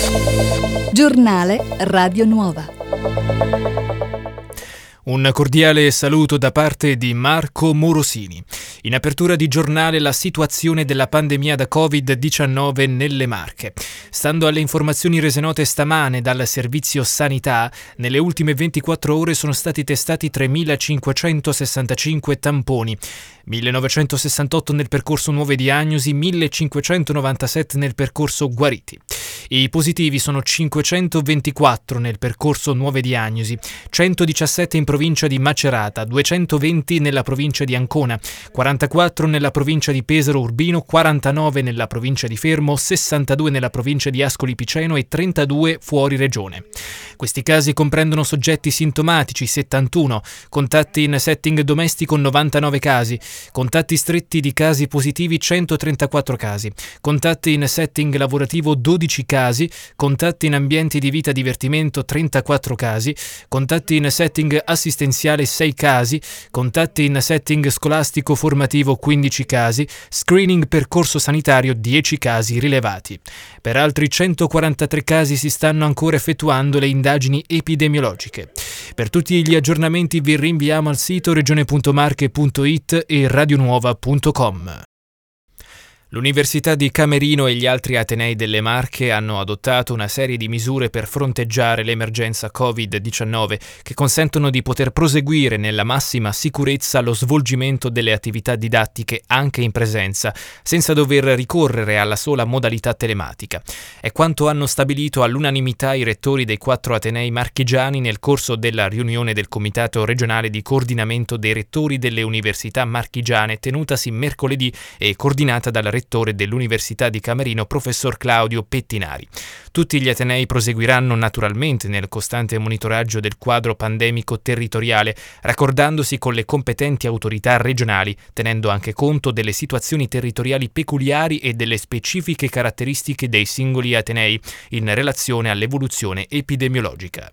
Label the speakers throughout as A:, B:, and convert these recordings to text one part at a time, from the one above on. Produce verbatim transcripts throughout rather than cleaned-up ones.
A: Giornale Radio Nuova.
B: Un cordiale saluto da parte di Marco Morosini. In apertura di giornale la situazione della pandemia da covid diciannove nelle Marche. Stando alle informazioni rese note stamane dal Servizio Sanità, nelle ultime ventiquattro ore sono stati testati tremilacinquecentosessantacinque tamponi, millenovecentosessantotto nel percorso nuove diagnosi, millecinquecentonovantasette nel percorso guariti. I positivi sono cinquecentoventiquattro nel percorso nuove diagnosi, centodiciassette in provincia di Macerata, duecentoventi nella provincia di Ancona, quarantaquattro nella provincia di Pesaro Urbino, quarantanove nella provincia di Fermo, sessantadue nella provincia di Ascoli Piceno e trentadue fuori regione. Questi casi comprendono soggetti sintomatici settantuno, contatti in setting domestico novantanove casi, contatti stretti di casi positivi centotrentaquattro casi, contatti in setting lavorativo dodici casi, contatti in ambienti di vita e divertimento trentaquattro casi, contatti in setting assistenziale sei casi, contatti in setting scolastico formativo quindici casi, screening percorso sanitario dieci casi rilevati. Per altri centoquarantatré casi si stanno ancora effettuando le indagini epidemiologiche. Per tutti gli aggiornamenti vi rinviamo al sito regione punto marche punto it e radionuova punto com. L'Università di Camerino e gli altri atenei delle Marche hanno adottato una serie di misure per fronteggiare l'emergenza covid diciannove che consentono di poter proseguire nella massima sicurezza lo svolgimento delle attività didattiche anche in presenza, senza dover ricorrere alla sola modalità telematica. È quanto hanno stabilito all'unanimità i rettori dei quattro atenei marchigiani nel corso della riunione del Comitato regionale di coordinamento dei rettori delle università marchigiane tenutasi mercoledì e coordinata dal rettore dell'Università di Camerino, professor Claudio Pettinari. Tutti gli atenei proseguiranno naturalmente nel costante monitoraggio del quadro pandemico territoriale, raccordandosi con le competenti autorità regionali, tenendo anche conto delle situazioni territoriali peculiari e delle specifiche caratteristiche dei singoli atenei in relazione all'evoluzione epidemiologica.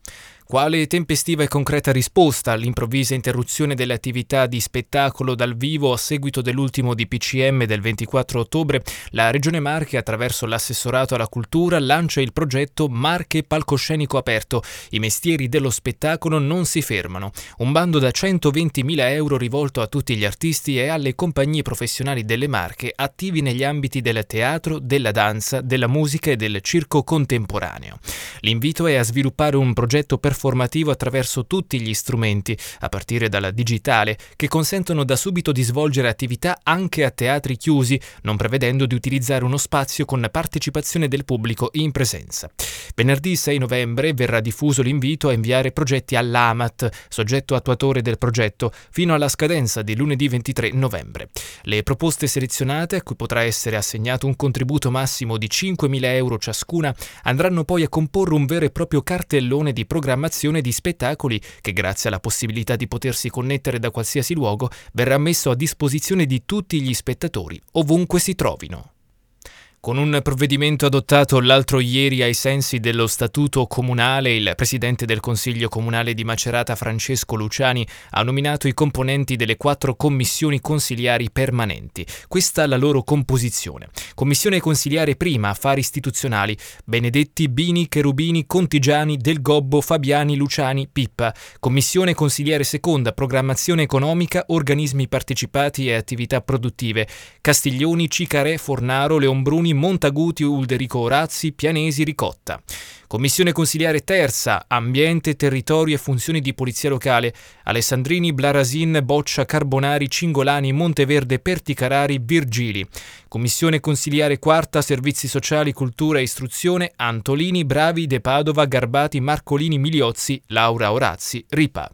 B: Quale tempestiva e concreta risposta all'improvvisa interruzione delle attività di spettacolo dal vivo a seguito dell'ultimo D P C M del ventiquattro ottobre, la Regione Marche, attraverso l'assessorato alla cultura, lancia il progetto Marche Palcoscenico Aperto. I mestieri dello spettacolo non si fermano. Un bando da centoventimila euro rivolto a tutti gli artisti e alle compagnie professionali delle Marche attivi negli ambiti del teatro, della danza, della musica e del circo contemporaneo. L'invito è a sviluppare un progetto per formativo attraverso tutti gli strumenti, a partire dalla digitale, che consentono da subito di svolgere attività anche a teatri chiusi, non prevedendo di utilizzare uno spazio con partecipazione del pubblico in presenza. Venerdì sei novembre verrà diffuso l'invito a inviare progetti all'A M A T, soggetto attuatore del progetto, fino alla scadenza di lunedì ventitré novembre. Le proposte selezionate, a cui potrà essere assegnato un contributo massimo di cinquemila euro ciascuna, andranno poi a comporre un vero e proprio cartellone di programmazione di spettacoli che, grazie alla possibilità di potersi connettere da qualsiasi luogo, verrà messo a disposizione di tutti gli spettatori, ovunque si trovino. Con un provvedimento adottato l'altro ieri ai sensi dello Statuto Comunale, il Presidente del Consiglio Comunale di Macerata, Francesco Luciani, ha nominato i componenti delle quattro commissioni consiliari permanenti. Questa è la loro composizione. Commissione consiliare prima, Affari Istituzionali: Benedetti, Bini, Cherubini, Contigiani, Del Gobbo, Fabiani, Luciani, Pippa. Commissione consiliare seconda, Programmazione Economica, Organismi Partecipati e Attività Produttive: Castiglioni, Cicarè, Fornaro, Leonbruni, Montaguti, Ulderico Orazzi, Pianesi, Ricotta. Commissione consiliare terza, Ambiente, Territorio e Funzioni di Polizia Locale: Alessandrini, Blarasin, Boccia, Carbonari, Cingolani, Monteverde, Perticarari, Virgili. Commissione consiliare quarta, Servizi Sociali, Cultura e Istruzione: Antolini, Bravi, De Padova, Garbati, Marcolini, Miliozzi, Laura Orazzi, Ripa.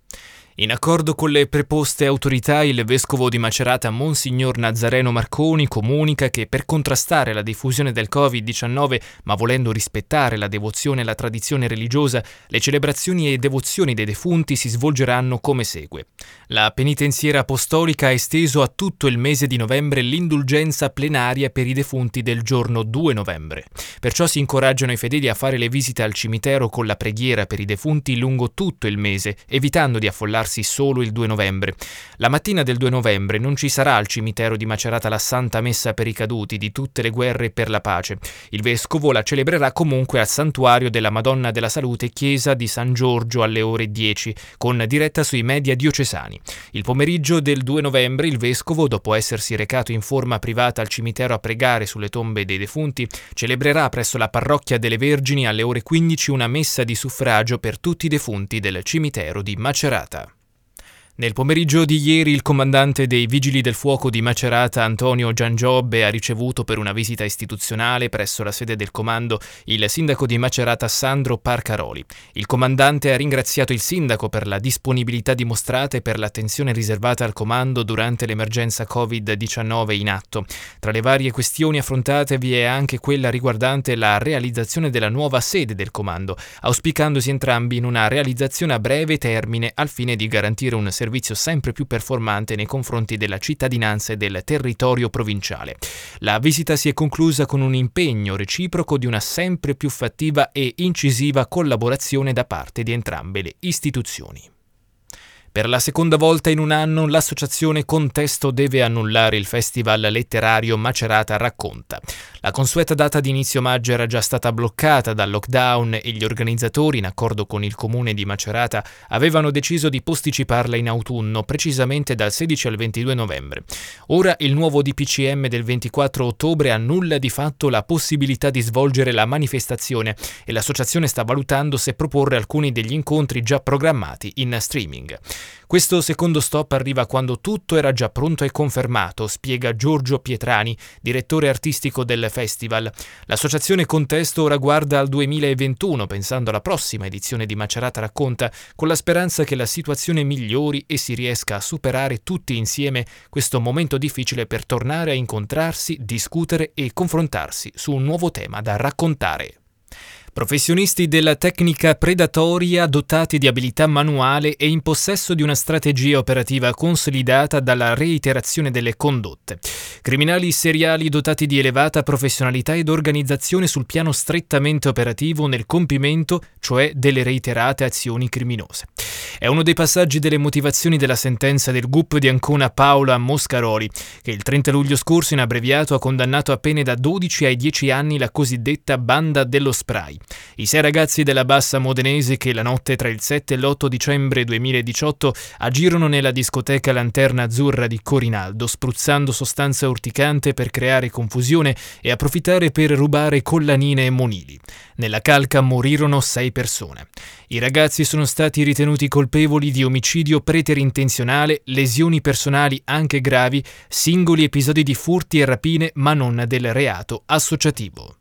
B: In accordo con le preposte autorità, il vescovo di Macerata, Monsignor Nazareno Marconi, comunica che per contrastare la diffusione del covid diciannove, ma volendo rispettare la devozione e la tradizione religiosa, le celebrazioni e devozioni dei defunti si svolgeranno come segue. La penitenziera apostolica ha esteso a tutto il mese di novembre l'indulgenza plenaria per i defunti del giorno due novembre. Perciò si incoraggiano i fedeli a fare le visite al cimitero con la preghiera per i defunti lungo tutto il mese, evitando di affollarsi celebrarsi solo il due novembre. La mattina del due novembre non ci sarà al cimitero di Macerata la Santa Messa per i caduti di tutte le guerre e per la pace. Il vescovo la celebrerà comunque al Santuario della Madonna della Salute, chiesa di San Giorgio, alle ore dieci, con diretta sui media diocesani. Il pomeriggio del due novembre il vescovo, dopo essersi recato in forma privata al cimitero a pregare sulle tombe dei defunti, celebrerà presso la parrocchia delle Vergini alle ore quindici una messa di suffragio per tutti i defunti del cimitero di Macerata. Nel pomeriggio di ieri il comandante dei Vigili del Fuoco di Macerata, Antonio Giangiobbe, ha ricevuto per una visita istituzionale presso la sede del comando il sindaco di Macerata Sandro Parcaroli. Il comandante ha ringraziato il sindaco per la disponibilità dimostrata e per l'attenzione riservata al comando durante l'emergenza covid diciannove in atto. Tra le varie questioni affrontate vi è anche quella riguardante la realizzazione della nuova sede del comando, auspicandosi entrambi in una realizzazione a breve termine al fine di garantire un servizio sempre più performante nei confronti della cittadinanza e del territorio provinciale. La visita si è conclusa con un impegno reciproco di una sempre più fattiva e incisiva collaborazione da parte di entrambe le istituzioni. Per la seconda volta in un anno l'associazione Contesto deve annullare il festival letterario Macerata Racconta. La consueta data di inizio maggio era già stata bloccata dal lockdown e gli organizzatori, in accordo con il comune di Macerata, avevano deciso di posticiparla in autunno, precisamente dal sedici al ventidue novembre. Ora il nuovo D P C M del ventiquattro ottobre annulla di fatto la possibilità di svolgere la manifestazione e l'associazione sta valutando se proporre alcuni degli incontri già programmati in streaming. Questo secondo stop arriva quando tutto era già pronto e confermato, spiega Giorgio Pietrani, direttore artistico del festival. L'associazione Contesto ora guarda al duemilaventuno, pensando alla prossima edizione di Macerata Racconta, con la speranza che la situazione migliori e si riesca a superare tutti insieme questo momento difficile per tornare a incontrarsi, discutere e confrontarsi su un nuovo tema da raccontare. Professionisti della tecnica predatoria dotati di abilità manuale e in possesso di una strategia operativa consolidata dalla reiterazione delle condotte. Criminali seriali dotati di elevata professionalità ed organizzazione sul piano strettamente operativo nel compimento, cioè delle reiterate azioni criminose. È uno dei passaggi delle motivazioni della sentenza del G U P di Ancona Paola Moscaroli, che il trenta luglio scorso in abbreviato ha condannato a pene da dodici ai dieci anni la cosiddetta banda dello spray. I sei ragazzi della Bassa Modenese che la notte tra il sette e l'otto dicembre duemiladiciotto agirono nella discoteca Lanterna Azzurra di Corinaldo, spruzzando sostanza urticante per creare confusione e approfittare per rubare collanine e monili. Nella calca morirono sei persone. I ragazzi sono stati ritenuti colpevoli di omicidio preterintenzionale, lesioni personali anche gravi, singoli episodi di furti e rapine, ma non del reato associativo.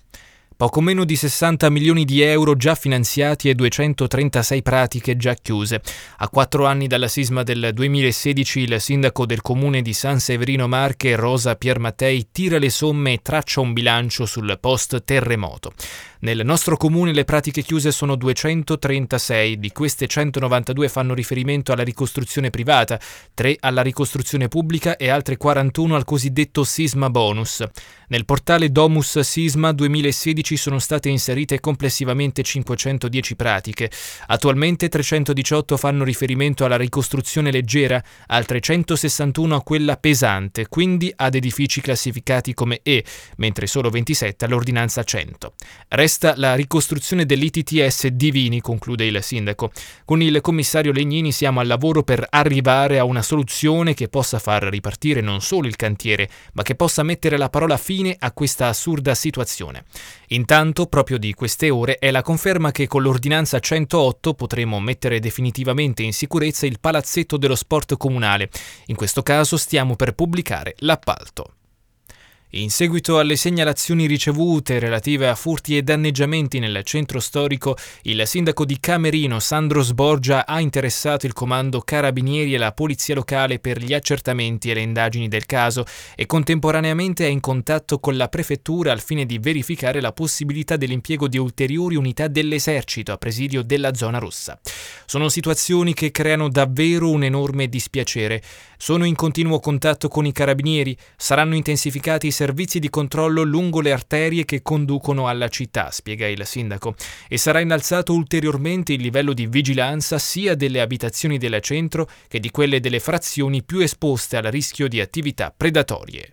B: Poco meno di sessanta milioni di euro già finanziati e duecentotrentasei pratiche già chiuse. A quattro anni dalla sisma del duemilasedici il sindaco del comune di San Severino Marche, Rosa Piermattei, tira le somme e traccia un bilancio sul post-terremoto. Nel nostro comune le pratiche chiuse sono duecentotrentasei, di queste centonovantadue fanno riferimento alla ricostruzione privata, tre alla ricostruzione pubblica e altre quarantuno al cosiddetto sisma bonus. Nel portale Domus Sisma duemilasedici sono state inserite complessivamente cinquecentodieci pratiche. Attualmente trecentodiciotto fanno riferimento alla ricostruzione leggera, altre centosessantuno a quella pesante, quindi ad edifici classificati come E, mentre solo ventisette all'ordinanza cento. Resta la ricostruzione dell'I T T S Divini, conclude il sindaco. Con il commissario Legnini siamo al lavoro per arrivare a una soluzione che possa far ripartire non solo il cantiere, ma che possa mettere la parola fine a questa assurda situazione. Intanto, proprio di queste ore, è la conferma che con l'ordinanza centootto potremo mettere definitivamente in sicurezza il palazzetto dello sport comunale. In questo caso stiamo per pubblicare l'appalto. In seguito alle segnalazioni ricevute relative a furti e danneggiamenti nel centro storico, il sindaco di Camerino, Sandro Sborgia, ha interessato il comando Carabinieri e la polizia locale per gli accertamenti e le indagini del caso e contemporaneamente è in contatto con la prefettura al fine di verificare la possibilità dell'impiego di ulteriori unità dell'esercito a presidio della zona rossa. Sono situazioni che creano davvero un enorme dispiacere. Sono in continuo contatto con i carabinieri, saranno intensificati i servizi di controllo lungo le arterie che conducono alla città, spiega il sindaco, e sarà innalzato ulteriormente il livello di vigilanza sia delle abitazioni del centro che di quelle delle frazioni più esposte al rischio di attività predatorie.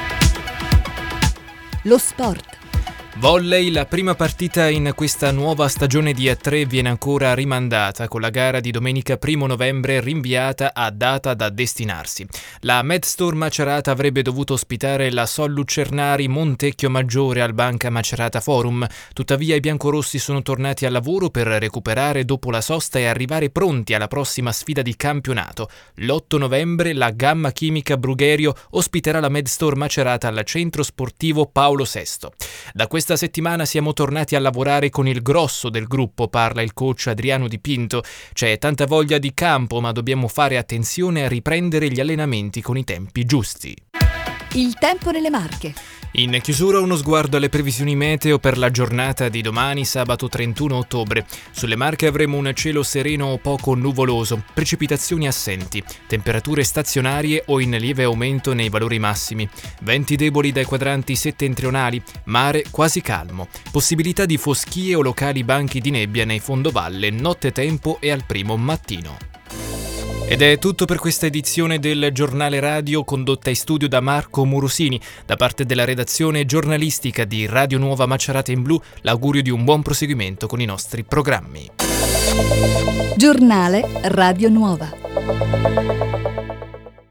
A: Lo sport.
B: Volley, la prima partita in questa nuova stagione di A tre viene ancora rimandata, con la gara di domenica primo novembre rinviata a data da destinarsi. La Medstor Macerata avrebbe dovuto ospitare la Sol Lucernari Montecchio Maggiore al Banca Macerata Forum, tuttavia i biancorossi sono tornati al lavoro per recuperare dopo la sosta e arrivare pronti alla prossima sfida di campionato. L'otto novembre la Gamma Chimica Brugherio ospiterà la Medstor Macerata al centro sportivo Paolo sesto. Da questa Questa settimana siamo tornati a lavorare con il grosso del gruppo, parla il coach Adriano Di Pinto. C'è tanta voglia di campo, ma dobbiamo fare attenzione a riprendere gli allenamenti con i tempi giusti.
A: Il tempo nelle Marche.
B: In chiusura uno sguardo alle previsioni meteo per la giornata di domani, sabato trentuno ottobre. Sulle Marche avremo un cielo sereno o poco nuvoloso, precipitazioni assenti, temperature stazionarie o in lieve aumento nei valori massimi, venti deboli dai quadranti settentrionali, mare quasi calmo, possibilità di foschie o locali banchi di nebbia nei fondovalle, nottetempo e al primo mattino. Ed è tutto per questa edizione del Giornale Radio, condotta in studio da Marco Morosini. Da parte della redazione giornalistica di Radio Nuova Macerata in Blu, l'augurio di un buon proseguimento con i nostri programmi.
A: Giornale Radio Nuova.